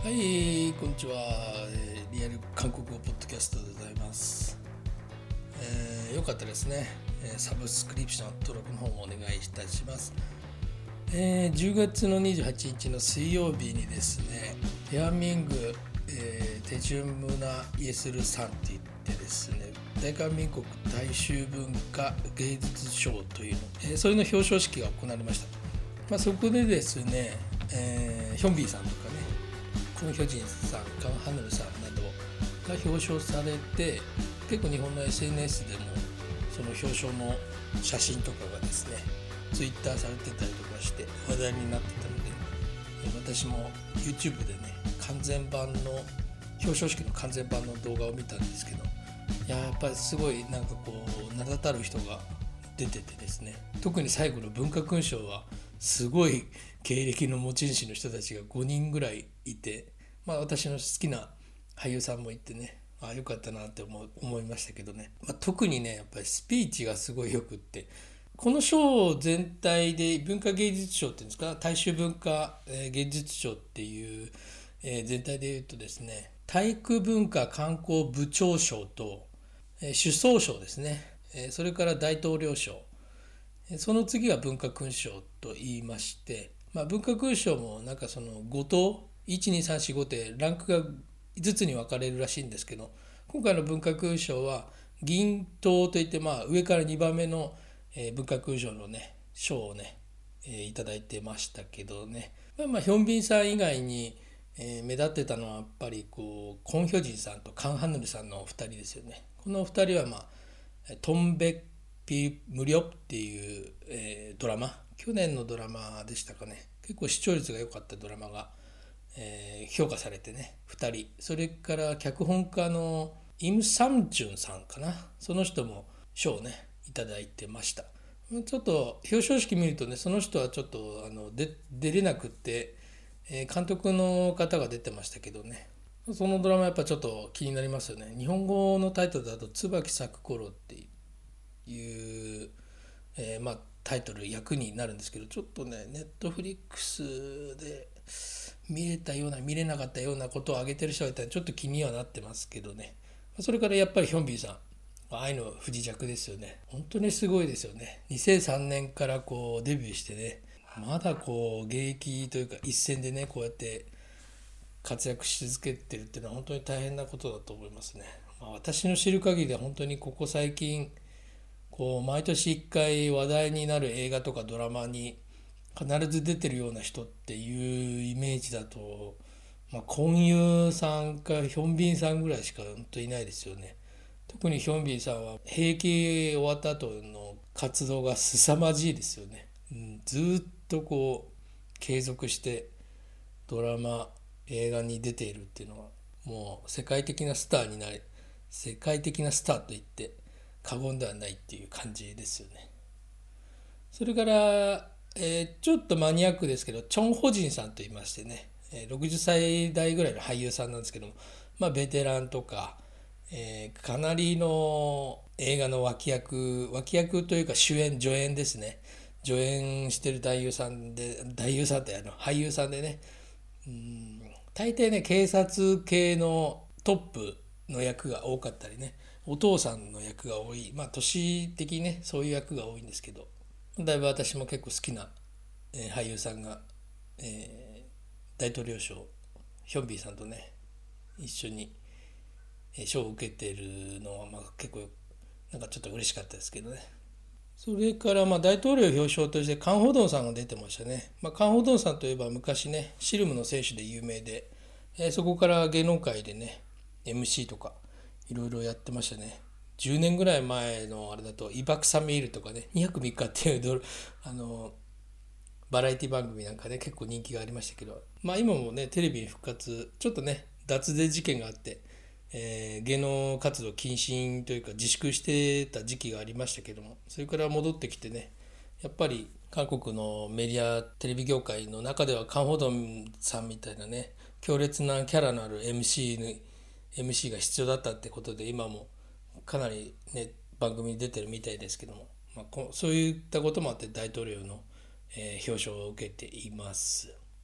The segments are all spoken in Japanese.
はい、こんにちは。リアル韓国語ポッドキャストでございます。よかったですね。サブスクリプション登録の方もお願いいたします。10月の28日の水曜日にですね、ヘアミング、テジュムナイエスルさんって言ってですね、大韓民国大衆文化芸術賞というの、それの表彰式が行われました。そこでですね、ヒョンビーさんとかね、クン・ヒョジンさん、カン・ハヌルさんなどが表彰されて、結構日本の SNS でもその表彰の写真とかがですねツイッターされてたりとかして話題になってたので、私も YouTube でね完全版の表彰式の完全版の動画を見たんですけど、やっぱりすごいなんかこう名だたる人が出ててですね、特に最後の文化勲章はすごい経歴の持ち主の人たちが5人ぐらいいて、私の好きな俳優さんもいてね、よかったなって思いましたけどね、特にねやっぱりスピーチがすごいよくって、この賞全体で文化芸術賞っていうんですか、大衆文化芸術賞っていう全体でいうとですね、体育文化観光部長賞と首相賞ですね、それから大統領賞、その次が文化勲章と言いまして、文化勲章もなんかその5等12345ってランクが5つに分かれるらしいんですけど、今回の文化勲章は銀等といって、上から2番目の文化勲章のね賞をねいただいてましたけどね、ヒョンビンさん以外に目立ってたのはやっぱりこうコン・ヒョジンさんとカン・ハヌルさんのお二人ですよね。このお二人はトンベピ無料っていう、ドラマ、去年のドラマでしたかね、結構視聴率が良かったドラマが、評価されてね2人、それから脚本家のイム・サムジュンさんかな、その人も賞をねいただいてました。ちょっと表彰式見るとね、その人はちょっと出れなくって、監督の方が出てましたけどね、そのドラマやっぱちょっと気になりますよね。日本語のタイトルだと椿咲く頃っていう、タイトル役になるんですけど、ちょっとねネットフリックスで見れたような見れなかったようなことを挙げてる人がいたらちょっと気にはなってますけどね。それからやっぱりヒョンビーさん、愛の不時着ですよね。本当にすごいですよね。2003年からこうデビューしてね、まだこう現役というか一線でねこうやって活躍し続けてるっていうのは本当に大変なことだと思いますね。私の知る限りでは本当にここ最近こう毎年1回話題になる映画とかドラマに必ず出てるような人っていうイメージだと、コンユーさんかヒョンビンさんぐらいしか本当いないですよね。特にヒョンビンさんは兵役終わった後の活動が凄まじいですよね。ずっとこう継続してドラマ映画に出ているっていうのはもう世界的なスターになり、世界的なスターと言って過言ではないっていう感じですよね。それから、ちょっとマニアックですけどチョン・ホジンさんといいましてね、60歳代ぐらいの俳優さんなんですけども、ベテランとか、かなりの映画の脇役というか主演助演ですね、助演してる男優さんで、男優さんって俳優さんでね、大抵ね警察系のトップの役が多かったりね、お父さんの役が多い、年的にねそういう役が多いんですけど、だいぶ私も結構好きな、俳優さんが、大統領賞ヒョンビーさんとね一緒に賞を受けているのは、結構なんかちょっと嬉しかったですけどね。それから大統領表彰としてカン・ホドンさんが出てましたね。カン・ホドンさんといえば昔ねシルムの選手で有名で、そこから芸能界でね MC とかいろいろやってましたね。10年ぐらい前のあれだとイバクサミールとかね2泊3日っていうバラエティ番組なんかね結構人気がありましたけど、今もねテレビに復活、ちょっとね脱税事件があって、芸能活動禁止というか自粛してた時期がありましたけども、それから戻ってきてね、やっぱり韓国のメディアテレビ業界の中ではカン・ホドンさんみたいなね強烈なキャラのある MC が必要だったってことで、今もかなりね番組に出てるみたいですけども、そういったこともあって大統領の表彰を受けています。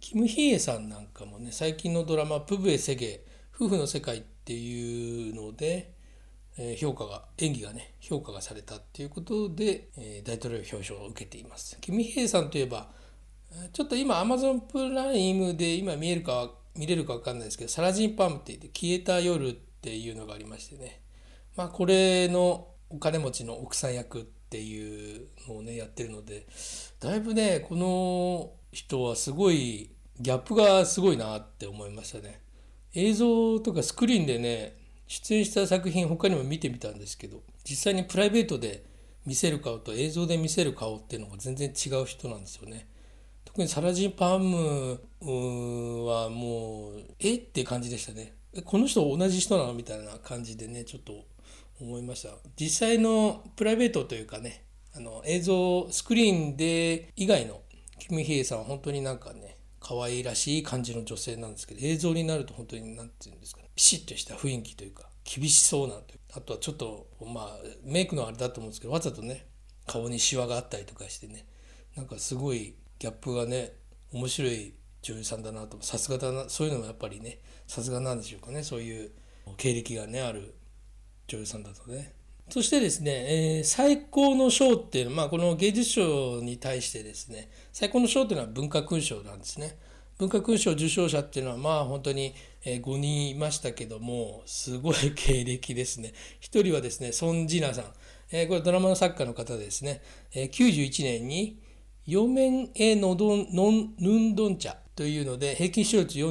キム・ヒエさんなんかもね、最近のドラマ「プブエ・セゲ夫婦の世界」っていうので、演技がね評価がされたっていうことで、大統領表彰を受けています。キム・ヒエさんといえばちょっと今 Amazon プライムで今見れるか分かんないですけど、サラジン・パンって言って消えた夜っていうのがありましてね、これのお金持ちの奥さん役っていうのをねやってるので、だいぶねこの人はすごいギャップがすごいなって思いましたね。映像とかスクリーンでね出演した作品他にも見てみたんですけど、実際にプライベートで見せる顔と映像で見せる顔っていうのが全然違う人なんですよね。特にサラジン・パームはもうって感じでしたね。この人同じ人なのみたいな感じでねちょっと思いました。実際のプライベートというかね、映像スクリーンで以外のキム・ヒエさんは本当になんかね可愛らしい感じの女性なんですけど、映像になると本当になんていうんですかね、ピシッとした雰囲気というか厳しそうなという、あとはちょっとメイクのあれだと思うんですけど、わざとね顔にシワがあったりとかしてね、なんかすごいギャップがね面白い女優さんだなと。さすがだな、そういうのもやっぱりねさすがなんでしょうかね、そういう経歴がねある女優さんだとね。そしてですね、最高の賞っていうのは、この芸術賞に対してですね、最高の賞っていうのは文化勲章なんですね。文化勲章受賞者っていうのは本当に5人いましたけども、すごい経歴ですね。1人はですねソン・ジナさん、これドラマの作家の方ですね。91年にヨメン・エ・ノドン・ヌンドンチャというので平均視聴率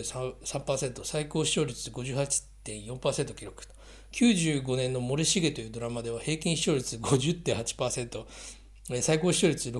44.3%、 最高視聴率 58.4% 記録と。95年の「森重」というドラマでは平均視聴率 50.8%、 最高視聴率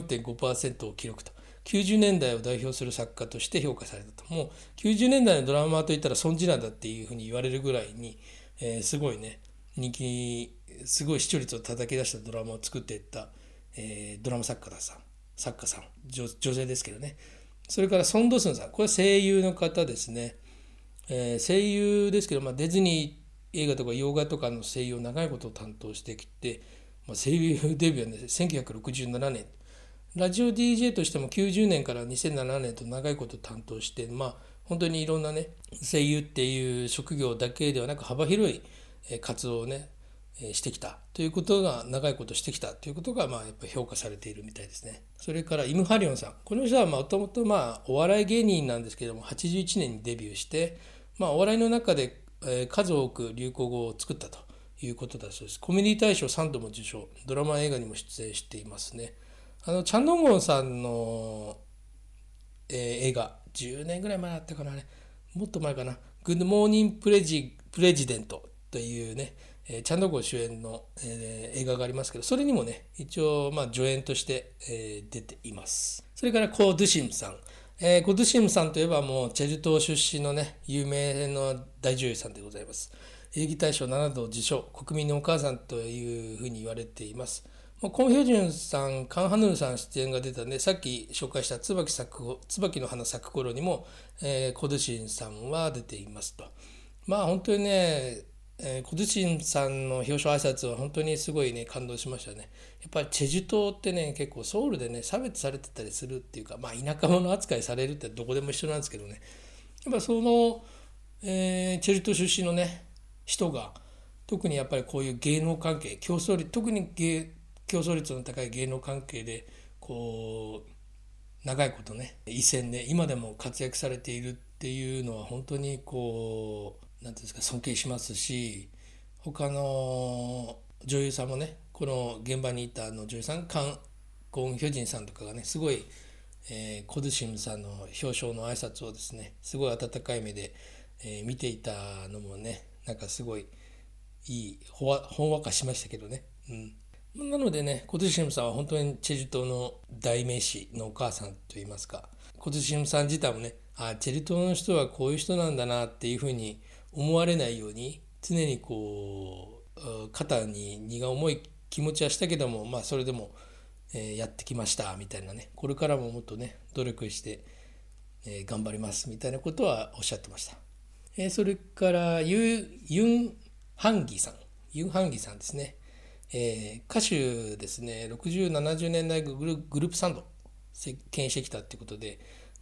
64.5% を記録と。90年代を代表する作家として評価されたと。もう90年代のドラマといったらソン・ジナだっていうふうに言われるぐらいに、すごいね人気、すごい視聴率を叩き出したドラマを作っていった、ドラマ作家さん、女性ですけどね。それからソン・ドスンさん、これは声優の方ですね。声優ですけど、ディズニー映画とか洋画とかの声優を長いことを担当してきて、声優デビューは、ね、1967年、ラジオ DJ としても90年から2007年と長いこと担当して、本当にいろんなね声優っていう職業だけではなく幅広い活動をねしてきたということが、長いことしてきたということがやっぱり評価されているみたいですね。それからイム・ハリョンさん、この人はもともとお笑い芸人なんですけども、81年にデビューして、お笑いの中で数多く流行語を作ったということだそうです。コメディ大賞3度も受賞、ドラマ映画にも出演していますね。チャン・ドンゴンさんの、映画10年ぐらい前だったかな、もっと前かな、グッドモーニングプレジデントというねチャン・ドンゴン主演の、映画がありますけど、それにもね一応助演として、出ています。それからコ・ドゥシムさん、コ・ドゥシムさんといえばもうチェジュ島出身のね有名の大女優さんでございます。演技大賞7度受賞、国民のお母さんというふうに言われています。コン・ヒョジュンさん、カン・ハヌルさん出演が出たね、さっき紹介した椿の花咲く頃にも、コ・ドゥシンさんは出ていますと。本当にね、コ・ドゥシンさんの表彰挨拶は本当にすごいね感動しましたね。やっぱりチェジュ島ってね結構ソウルでね差別されてたりするっていうか、田舎者扱いされるってどこでも一緒なんですけどね、やっぱその、チェジュ島出身のね人が特にやっぱりこういう芸能関係、特に競争率の高い芸能関係でこう長いことね一線で今でも活躍されているっていうのは本当にこうなんていうんですか、尊敬しますし、他の女優さんもね、この現場にいた女優さん、カン・ゴン・ヒョジンさんとかがねすごい、コ・ドゥシムさんの表彰の挨拶をですねすごい温かい目で、見ていたのもねなんかすごいいいほんわかしましたけどね。なのでね、コ・ドゥシムさんは本当にチェジュ島の代名詞のお母さんといいますか、コ・ドゥシムさん自体もね、チェジュ島の人はこういう人なんだなっていうふうに思われないように、常にこう肩に荷が重い気持ちはしたけども、それでも、やってきましたみたいなね、これからももっとね努力して、頑張りますみたいなことはおっしゃってました。それからユン・ハンギさんですね。歌手ですね。60、70年代グループサンド牽引してきたってことで、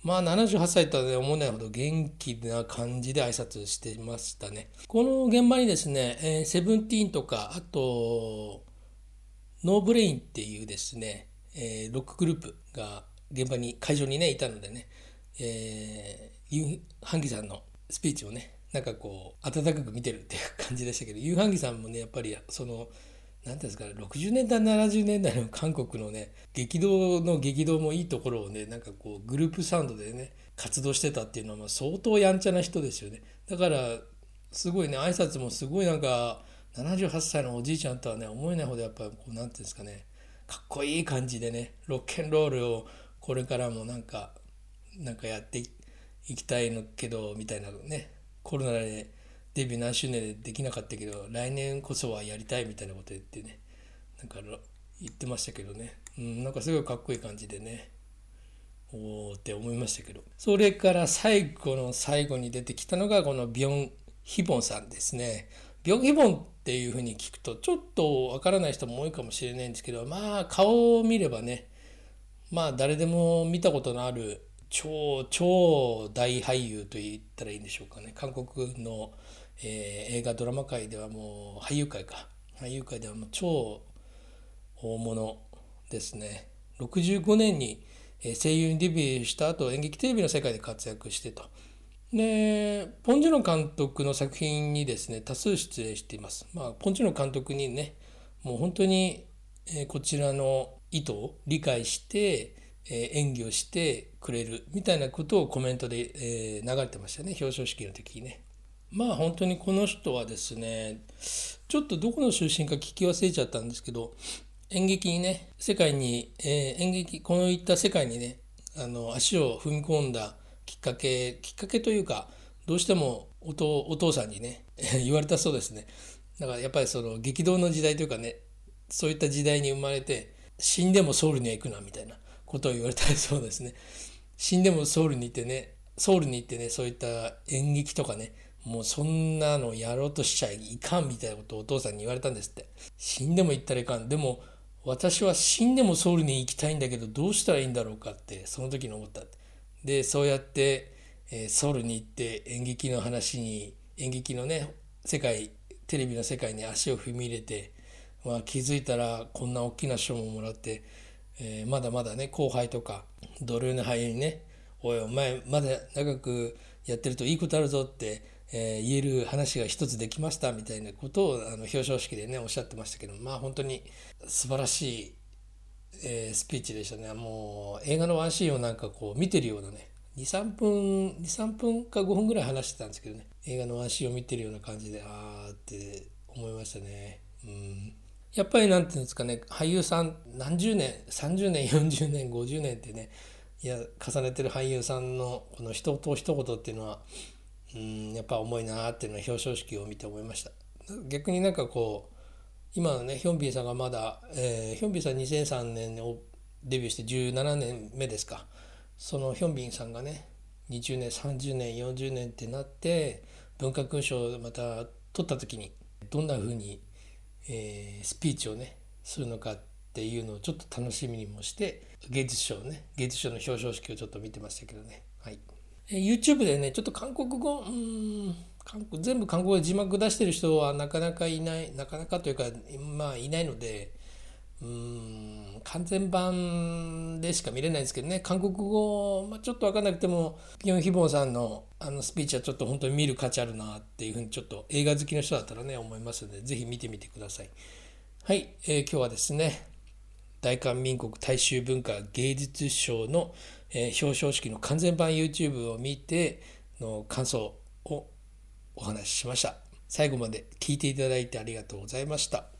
まあ78歳とは、ね、思えないほど元気な感じで挨拶してましたね。この現場にですね、セブンティーンとか、あとノーブレインっていうですね、ロックグループが現場に会場にねいたのでね、ユーハンギさんのスピーチをねなんかこう温かく見てるっていう感じでしたけど、ユーハンギさんもねやっぱりそのなんていうんですかね、60年代70年代の韓国のね激動もいいところをねなんかこうグループサウンドでね活動してたっていうのはまあ相当やんちゃな人ですよね。だからすごいね挨拶もすごいなんか78歳のおじいちゃんとはね思えないほどやっぱこうなんていうんですかね、かっこいい感じでねロッケンロールをこれからもなんかやっていきたいのけどみたいなね、コロナでデビュー何周年でできなかったけど来年こそはやりたいみたいなこと言ってねなんか言ってましたけどね、なんかすごいかっこいい感じでねおーって思いましたけど、それから最後の最後に出てきたのがこのビョン・ヒボンさんですね。ビョン・ヒボンっていうふうに聞くとちょっとわからない人も多いかもしれないんですけど、まあ顔を見ればねまあ誰でも見たことのある超大俳優と言ったらいいんでしょうかね。韓国の、映画ドラマ界ではもう俳優界ではもう超大物ですね。65年に声優にデビューした後演劇テレビの世界で活躍してと。でポン・ジュノ監督の作品にですね多数出演しています。まあ、ポン・ジュノ監督にねもう本当にこちらの意図を理解して演技をしてくれるみたいなことをコメントで流れてましたね、表彰式の時にね。まあ本当にこの人はですねちょっとどこの出身か聞き忘れちゃったんですけど、演劇にね世界に、このいった世界にね足を踏み込んだきっかけというかどうしてもお父さんにね言われたそうですね。だからやっぱりその激動の時代というかねそういった時代に生まれて死んでもソウルには行くなみたいなことを言われたそうですね。死んでもソウルに行ってねそういった演劇とかねもうそんなのやろうとしちゃいかんみたいなことをお父さんに言われたんですって。死んでも行ったらいかん、でも私は死んでもソウルに行きたいんだけどどうしたらいいんだろうかってその時に思った。でそうやって、ソウルに行って演劇のねテレビの世界に足を踏み入れて、まあ、気づいたらこんな大きな賞ももらって、まだまだね後輩とか同僚の俳優にねおいお前まだ長くやってるといいことあるぞって、言える話が一つできましたみたいなことを表彰式でねおっしゃってましたけど、まあ本当に素晴らしい、スピーチでしたね。もう映画のワンシーンをなんかこう見てるようなね23分か5分ぐらい話してたんですけどね、映画のワンシーンを見てるような感じであーって思いましたね。やっぱりなんていうんですかね、俳優さん何十年30年40年50年ってね重ねてる俳優さんのこの一言一言っていうのはやっぱ重いなっていうのは表彰式を見て思いました。逆になんかこう今のねヒョンビンさんがまだ、ヒョンビンさん2003年にデビューして17年目ですか。そのヒョンビンさんがね20年30年40年ってなって文化勲章をまた取った時にどんな風に、スピーチをねするのかっていうのをちょっと楽しみにもして芸術賞の表彰式をちょっと見てましたけどね。はい。YouTube でねちょっと韓国語全部韓国語で字幕出してる人はなかなかというかまあいないので完全版でしか見れないですけどね、韓国語、ちょっと分かんなくてもピョンヒボンさんのスピーチはちょっと本当に見る価値あるなっていうふうにちょっと映画好きの人だったらね思いますのでぜひ見てみてください。はい、今日はですね大韓民国大衆文化芸術賞の、表彰式の完全版 YouTube を見ての感想をお話ししました。最後まで聞いていただいてありがとうございました。